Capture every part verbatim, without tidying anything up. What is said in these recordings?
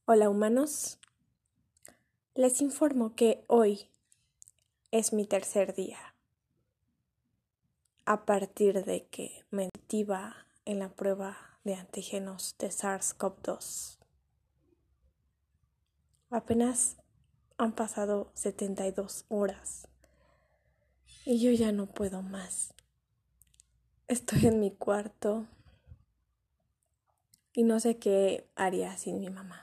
Hola humanos, les informo que hoy es mi tercer día a partir de que me negativa en la prueba de antígenos de SARS-CoV dos. Apenas han pasado setenta y dos horas y yo ya no puedo más. Estoy en mi cuarto y no sé qué haría sin mi mamá.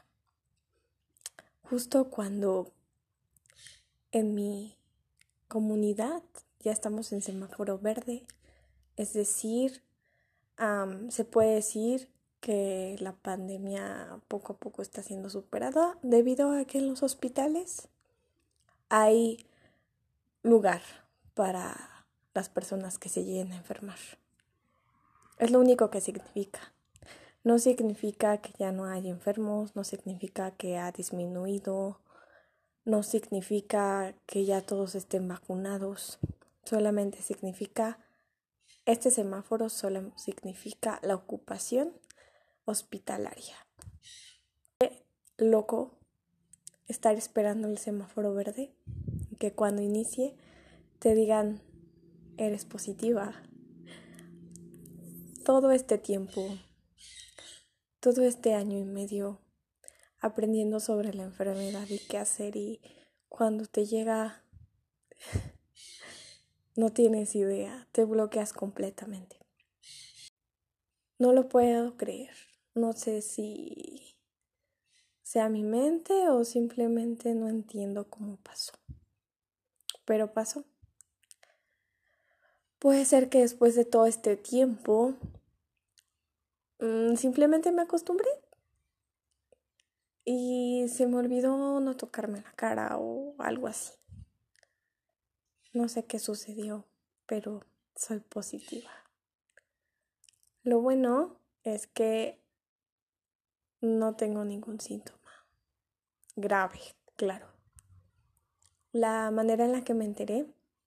Justo cuando en mi comunidad ya estamos en semáforo verde, es decir, um, se puede decir que la pandemia poco a poco está siendo superada debido a que en los hospitales hay lugar para las personas que se lleguen a enfermar. Es lo único que significa. No significa que ya no hay enfermos, no significa que ha disminuido, no significa que ya todos estén vacunados, solamente significa, este semáforo solo significa la ocupación hospitalaria. Qué loco estar esperando el semáforo verde, que cuando inicie te digan, eres positiva. Todo este tiempo, todo este año y medio, aprendiendo sobre la enfermedad y qué hacer, y cuando te llega, no tienes idea, te bloqueas completamente. No lo puedo creer. No sé si sea mi mente o simplemente no entiendo cómo pasó. Pero pasó. Puede ser que después de todo este tiempo mmm, simplemente me acostumbré y se me olvidó no tocarme la cara o algo así. No sé qué sucedió, pero soy positiva. Lo bueno es que no tengo ningún síntoma grave, claro. La manera en la que me enteré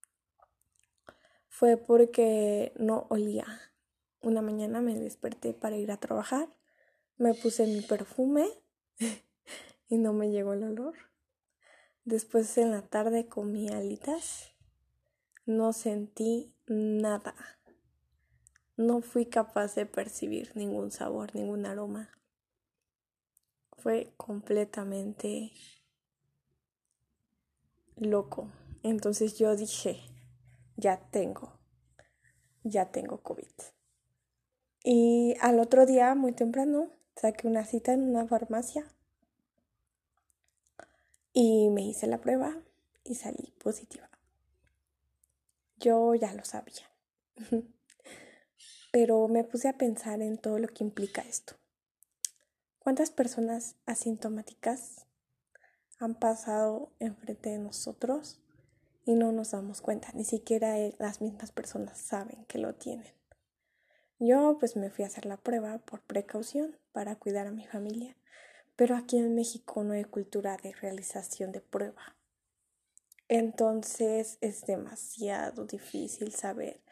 fue porque no olía. Una mañana me desperté para ir a trabajar, me puse mi perfume y no me llegó el olor. Después en la tarde comí alitas, no sentí nada. No fui capaz de percibir ningún sabor, ningún aroma. Fue completamente loco. Entonces yo dije, ya tengo, ya tengo COVID. Y al otro día, muy temprano, saqué una cita en una farmacia y me hice la prueba y salí positiva. Yo ya lo sabía, pero me puse a pensar en todo lo que implica esto. ¿Cuántas personas asintomáticas han pasado enfrente de nosotros y no nos damos cuenta? Ni siquiera las mismas personas saben que lo tienen. Yo pues me fui a hacer la prueba por precaución para cuidar a mi familia, pero aquí en México no hay cultura de realización de prueba. Entonces es demasiado difícil saber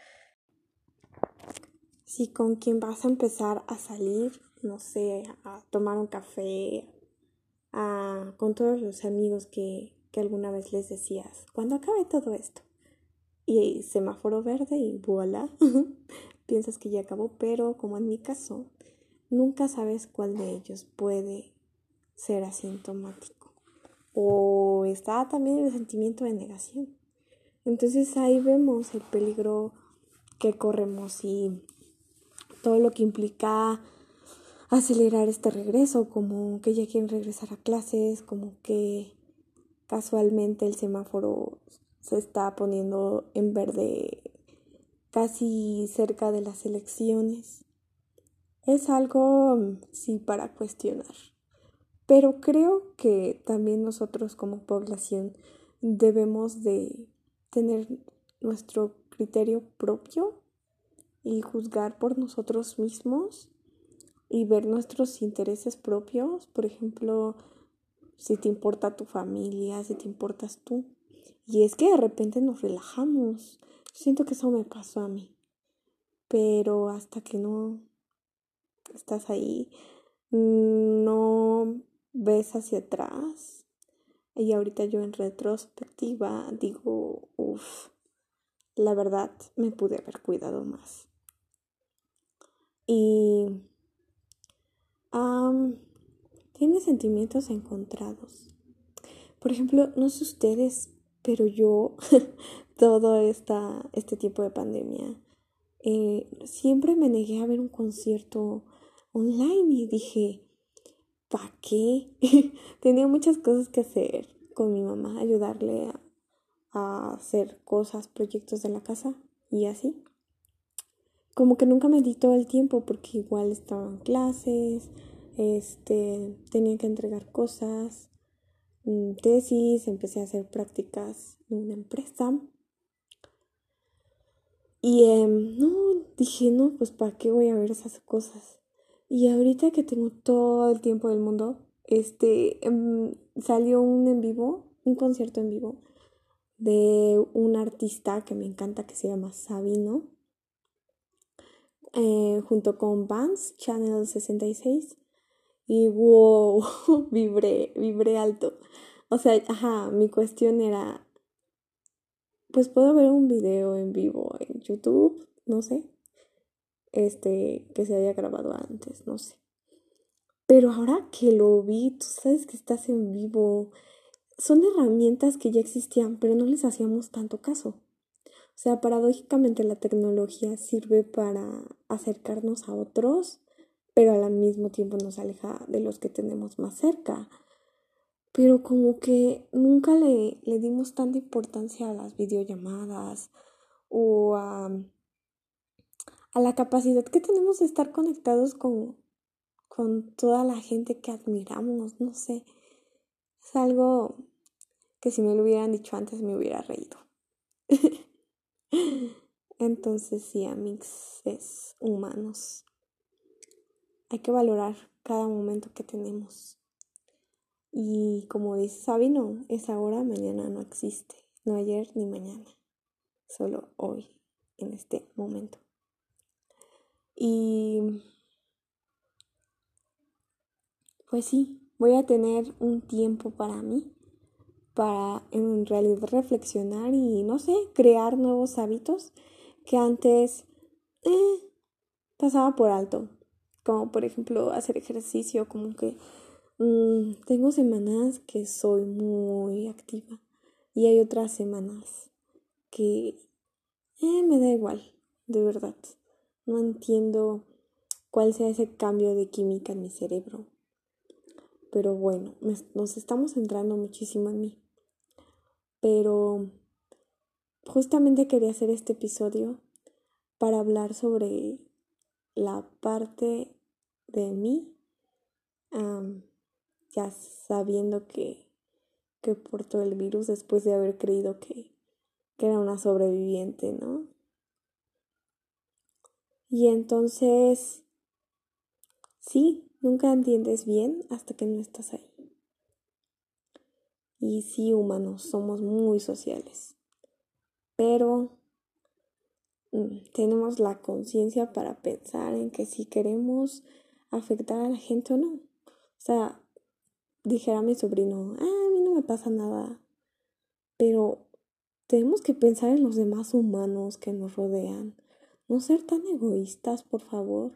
si con quién vas a empezar a salir, no sé, a tomar un café, a, con todos los amigos que, que alguna vez les decías, cuando acabe todo esto. Y semáforo verde y voilà, piensas que ya acabó, pero como en mi caso, nunca sabes cuál de ellos puede ser asintomático. O está también el sentimiento de negación. Entonces ahí vemos el peligro que corremos y todo lo que implica acelerar este regreso, como que ya quieren regresar a clases, como que casualmente el semáforo se está poniendo en verde casi cerca de las elecciones. Es algo, sí, para cuestionar. Pero creo que también nosotros como población debemos de tener nuestro criterio propio y juzgar por nosotros mismos y ver nuestros intereses propios. Por ejemplo, si te importa tu familia, si te importas tú. Y es que de repente nos relajamos. Siento que eso me pasó a mí. Pero hasta que no estás ahí, no ves hacia atrás y ahorita yo en retrospectiva digo, uff, la verdad me pude haber cuidado más. Y um, tiene sentimientos encontrados. Por ejemplo, no sé ustedes, pero yo todo esta, este tiempo de pandemia eh, siempre me negué a ver un concierto online y dije, ¿para qué? Tenía muchas cosas que hacer con mi mamá, ayudarle a, a hacer cosas, proyectos de la casa y así. Como que nunca me di todo el tiempo porque igual estaban clases, este, tenía que entregar cosas, tesis, empecé a hacer prácticas en una empresa. Y eh, no, dije, no, pues ¿para qué voy a ver esas cosas? Y ahorita que tengo todo el tiempo del mundo, este, em, salió un en vivo, un concierto en vivo de un artista que me encanta que se llama Sabino, eh, junto con Vans, Channel sesenta y seis. Y wow, vibré, vibré alto. O sea, ajá, mi cuestión era, pues puedo ver un video en vivo en YouTube, no sé, este, que se haya grabado antes, no sé. Pero ahora que lo vi, tú sabes que estás en vivo. Son herramientas que ya existían, pero no les hacíamos tanto caso. O sea, paradójicamente la tecnología sirve para acercarnos a otros, pero al mismo tiempo nos aleja de los que tenemos más cerca. Pero como que nunca le, le dimos tanta importancia a las videollamadas o a, a la capacidad que tenemos de estar conectados con, con toda la gente que admiramos, no sé. Es algo que si me lo hubieran dicho antes me hubiera reído. Entonces sí, amigos humanos, hay que valorar cada momento que tenemos. Y como dice Sabino, es ahora, mañana no existe. No ayer ni mañana. Solo hoy, en este momento. Y pues sí, voy a tener un tiempo para mí, para en realidad reflexionar y, no sé, crear nuevos hábitos que antes eh, pasaba por alto. Como por ejemplo hacer ejercicio, como que mmm, tengo semanas que soy muy activa y hay otras semanas que eh, me da igual, de verdad. No entiendo cuál sea ese cambio de química en mi cerebro. Pero bueno, nos estamos centrando muchísimo en mí. Pero justamente quería hacer este episodio para hablar sobre la parte de mí, um, ya sabiendo que, que portó el virus después de haber creído que, que era una sobreviviente, ¿no? Y entonces, sí, nunca entiendes bien hasta que no estás ahí. Y sí, humanos, somos muy sociales. Pero mm, tenemos la conciencia para pensar en que si queremos afectar a la gente o no. O sea, dijera mi sobrino, ah, a mí no me pasa nada. Pero tenemos que pensar en los demás humanos que nos rodean. No ser tan egoístas, por favor.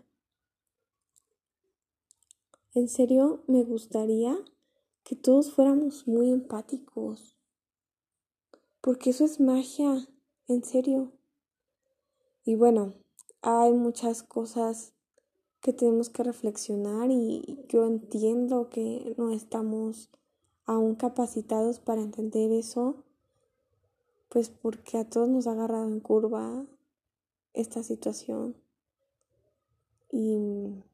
En serio, me gustaría que todos fuéramos muy empáticos. Porque eso es magia, en serio. Y bueno, hay muchas cosas que tenemos que reflexionar y yo entiendo que no estamos aún capacitados para entender eso, pues porque a todos nos ha agarrado en curva esta situación. Y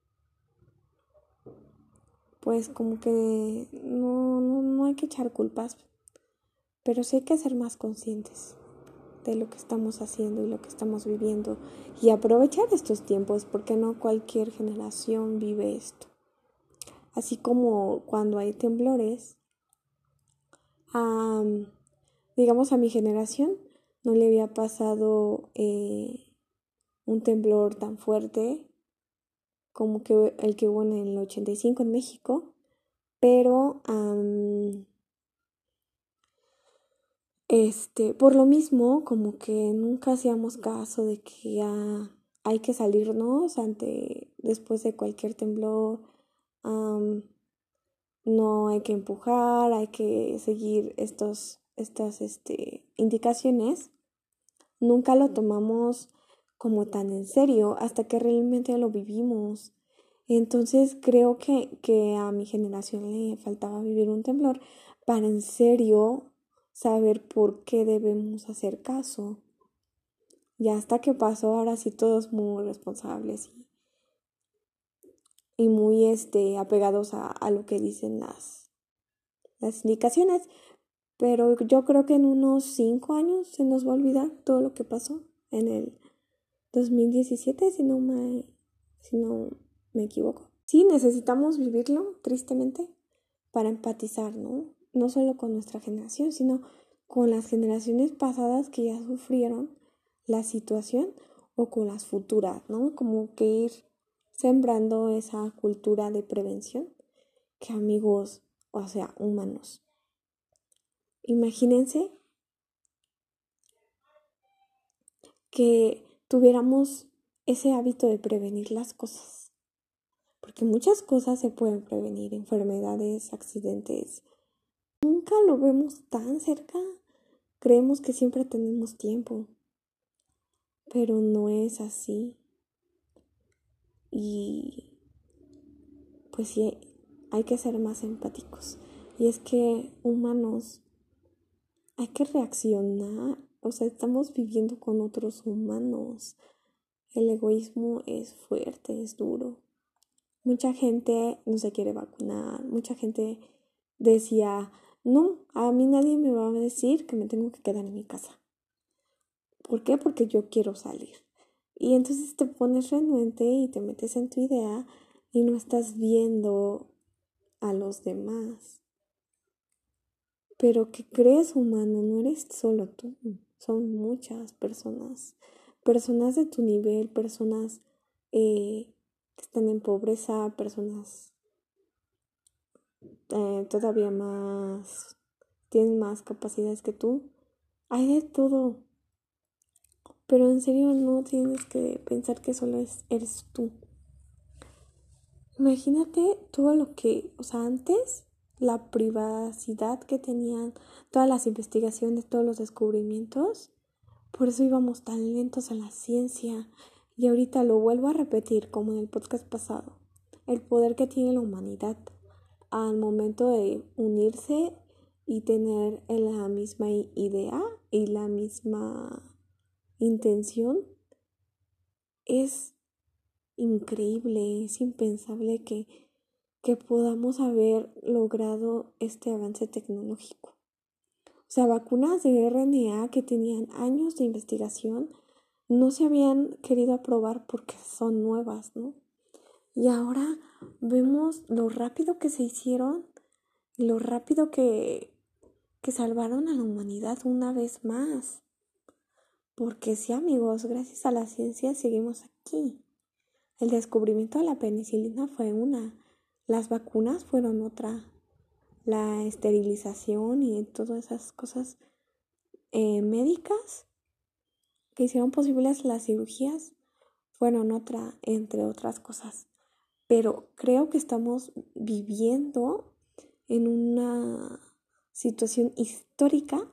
pues como que no, no, no hay que echar culpas, pero sí hay que ser más conscientes de lo que estamos haciendo y lo que estamos viviendo y aprovechar estos tiempos porque no cualquier generación vive esto. Así como cuando hay temblores, um, digamos a mi generación no le había pasado eh, un temblor tan fuerte como que el que hubo en el ochenta y cinco en México, pero um, este, por lo mismo, como que nunca hacíamos caso de que ya hay que salirnos ante, después de cualquier temblor, um, no hay que empujar, hay que seguir estos, estas este, indicaciones. Nunca lo tomamos como tan en serio hasta que realmente lo vivimos. Entonces creo que, que a mi generación le faltaba vivir un temblor para en serio saber por qué debemos hacer caso. Ya hasta que pasó, ahora sí todos muy responsables y, y muy este, apegados a, a lo que dicen las, las indicaciones. Pero yo creo que en unos cinco años se nos va a olvidar todo lo que pasó en el dos mil diecisiete, si no me, si no me equivoco. Sí, necesitamos vivirlo, tristemente, para empatizar, ¿no? No solo con nuestra generación, sino con las generaciones pasadas que ya sufrieron la situación o con las futuras, ¿no? Como que ir sembrando esa cultura de prevención que amigos, o sea, humanos. Imagínense que tuviéramos ese hábito de prevenir las cosas, porque muchas cosas se pueden prevenir, enfermedades, accidentes. Nunca lo vemos tan cerca, creemos que siempre tenemos tiempo, pero no es así. Y pues sí, hay que ser más empáticos. Y es que humanos, hay que reaccionar, o sea, estamos viviendo con otros humanos. El egoísmo es fuerte, es duro. Mucha gente no se quiere vacunar, mucha gente decía, no, a mí nadie me va a decir que me tengo que quedar en mi casa. ¿Por qué? Porque yo quiero salir. Y entonces te pones renuente y te metes en tu idea y no estás viendo a los demás. Pero ¿qué crees, humano? No eres solo tú, son muchas personas. Personas de tu nivel, personas eh, que están en pobreza, personas eh, todavía más, tienen más capacidades que tú. Hay de todo. Pero en serio no tienes que pensar que solo es, eres tú. Imagínate todo lo que, o sea, antes la privacidad que tenían, todas las investigaciones, todos los descubrimientos, por eso íbamos tan lentos a la ciencia. Y ahorita lo vuelvo a repetir, como en el podcast pasado, el poder que tiene la humanidad al momento de unirse y tener la misma idea y la misma intención es increíble, es impensable que, que podamos haber logrado este avance tecnológico. O sea, vacunas de R N A que tenían años de investigación no se habían querido aprobar porque son nuevas, ¿no? Y ahora vemos lo rápido que se hicieron y lo rápido que, que salvaron a la humanidad una vez más. Porque sí, amigos, gracias a la ciencia seguimos aquí. El descubrimiento de la penicilina fue una, las vacunas fueron otra, la esterilización y todas esas cosas eh, médicas que hicieron posibles las cirugías fueron otra, entre otras cosas. Pero creo que estamos viviendo en una situación histórica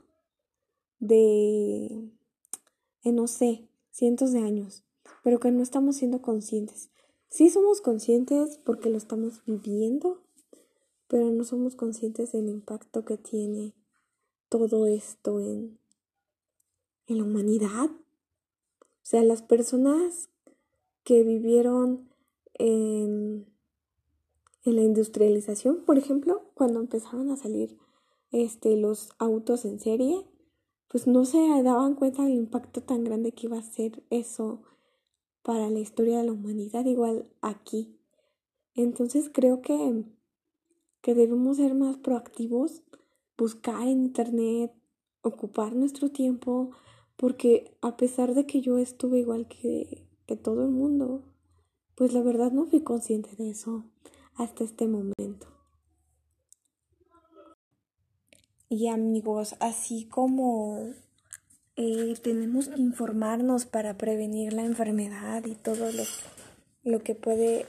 de, eh, no sé, cientos de años, pero que no estamos siendo conscientes. Sí somos conscientes porque lo estamos viviendo, pero no somos conscientes del impacto que tiene todo esto en, en la humanidad. O sea, las personas que vivieron en, en la industrialización, por ejemplo, cuando empezaron a salir este, los autos en serie, pues no se daban cuenta del impacto tan grande que iba a ser eso para la historia de la humanidad, igual aquí. Entonces creo que, que debemos ser más proactivos, buscar en internet, ocupar nuestro tiempo, porque a pesar de que yo estuve igual que, que todo el mundo, pues la verdad no fui consciente de eso hasta este momento. Y amigos, así como eh, tenemos que informarnos para prevenir la enfermedad y todo lo, lo que puede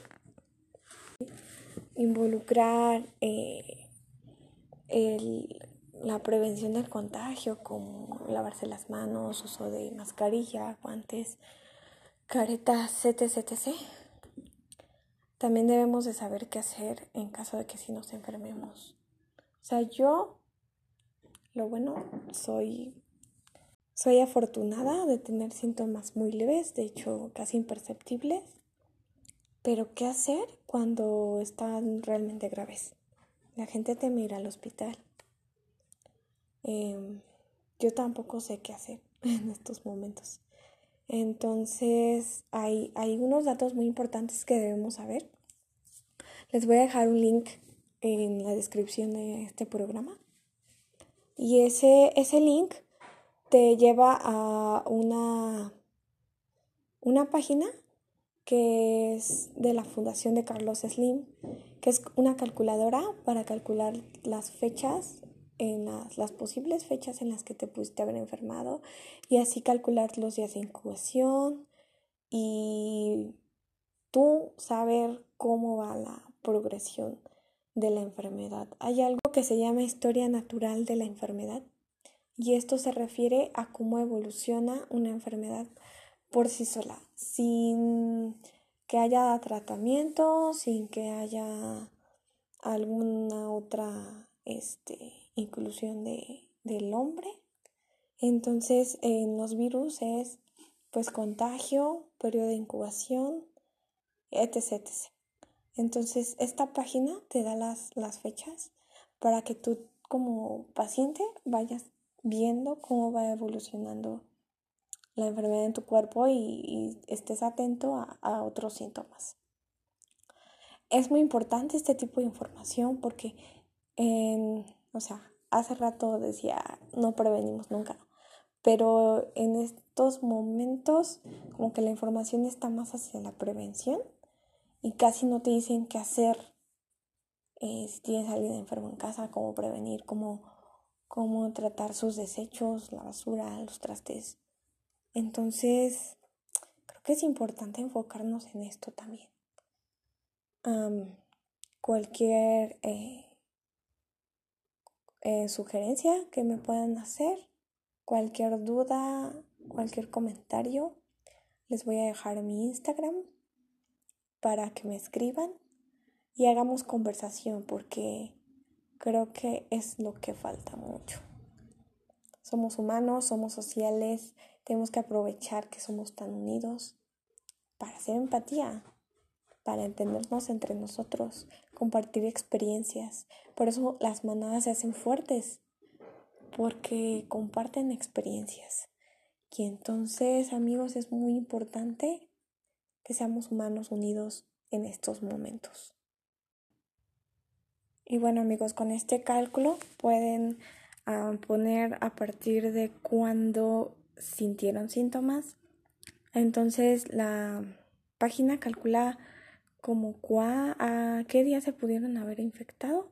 involucrar eh, el, la prevención del contagio, como lavarse las manos, uso de mascarilla, guantes, caretas, etc, etcétera. También debemos de saber qué hacer en caso de que sí nos enfermemos. O sea, yo, lo bueno, soy, soy afortunada de tener síntomas muy leves, de hecho casi imperceptibles. Pero ¿qué hacer cuando están realmente graves? La gente teme ir al hospital. Eh, yo tampoco sé qué hacer en estos momentos. Entonces, hay, hay unos datos muy importantes que debemos saber. Les voy a dejar un link en la descripción de este programa. Y ese, ese link te lleva a una, una página que es de la Fundación de Carlos Slim, que es una calculadora para calcular las fechas, en las, las posibles fechas en las que te pudiste haber enfermado, y así calcular los días de incubación y tú saber cómo va la progresión de la enfermedad. Hay algo que se llama historia natural de la enfermedad, y esto se refiere a cómo evoluciona una enfermedad por sí sola, sin que haya tratamiento, sin que haya alguna otra este, inclusión de, del hombre. Entonces, en los virus es pues contagio, periodo de incubación, etcétera, etcétera. Entonces, esta página te da las, las fechas para que tú como paciente vayas viendo cómo va evolucionando la enfermedad en tu cuerpo y, y estés atento a, a otros síntomas. Es muy importante este tipo de información porque, en, o sea, hace rato decía, no prevenimos nunca, pero en estos momentos como que la información está más hacia la prevención y casi no te dicen qué hacer eh, si tienes a alguien enfermo en casa, cómo prevenir, cómo, cómo tratar sus desechos, la basura, los trastes. Entonces, creo que es importante enfocarnos en esto también. Um, cualquier eh, eh, sugerencia que me puedan hacer, cualquier duda, cualquier comentario, les voy a dejar mi Instagram para que me escriban y hagamos conversación porque creo que es lo que falta mucho. Somos humanos, somos sociales, tenemos que aprovechar que somos tan unidos para hacer empatía, para entendernos entre nosotros, compartir experiencias. Por eso las manadas se hacen fuertes, porque comparten experiencias. Y entonces, amigos, es muy importante que seamos humanos unidos en estos momentos. Y bueno, amigos, con este cálculo pueden uh, poner a partir de cuando sintieron síntomas. Entonces, la página calcula como cua, a qué día se pudieron haber infectado,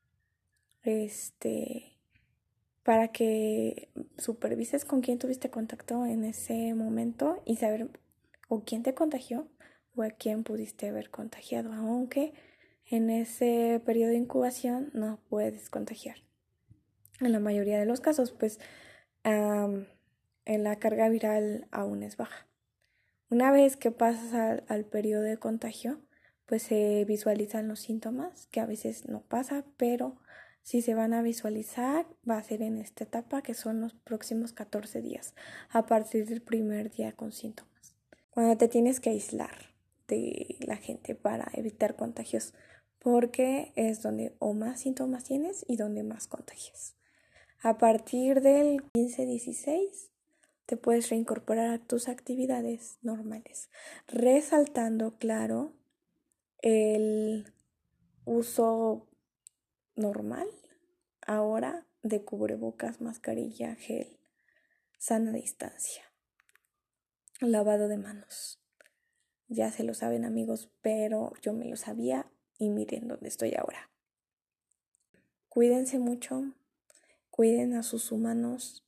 este, para que supervises con quién tuviste contacto en ese momento y saber o quién te contagió o a quién pudiste haber contagiado, aunque en ese periodo de incubación no puedes contagiar. En la mayoría de los casos, pues, um, en la carga viral aún es baja. Una vez que pasas al, al periodo de contagio, pues se visualizan los síntomas, que a veces no pasa, pero si se van a visualizar, va a ser en esta etapa, que son los próximos catorce días, a partir del primer día con síntomas. Cuando te tienes que aislar de la gente para evitar contagios, porque es donde o más síntomas tienes y donde más contagias. A partir del quince dieciséis, te puedes reincorporar a tus actividades normales, resaltando, claro, el uso normal ahora de cubrebocas, mascarilla, gel, sana distancia, lavado de manos. Ya se lo saben, amigos, pero yo me lo sabía y miren dónde estoy ahora. Cuídense mucho cuiden a sus humanos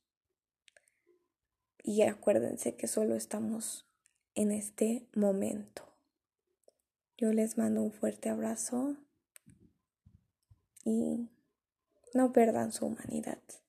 y acuérdense que solo estamos en este momento. Yo les mando un fuerte abrazo y no pierdan su humanidad.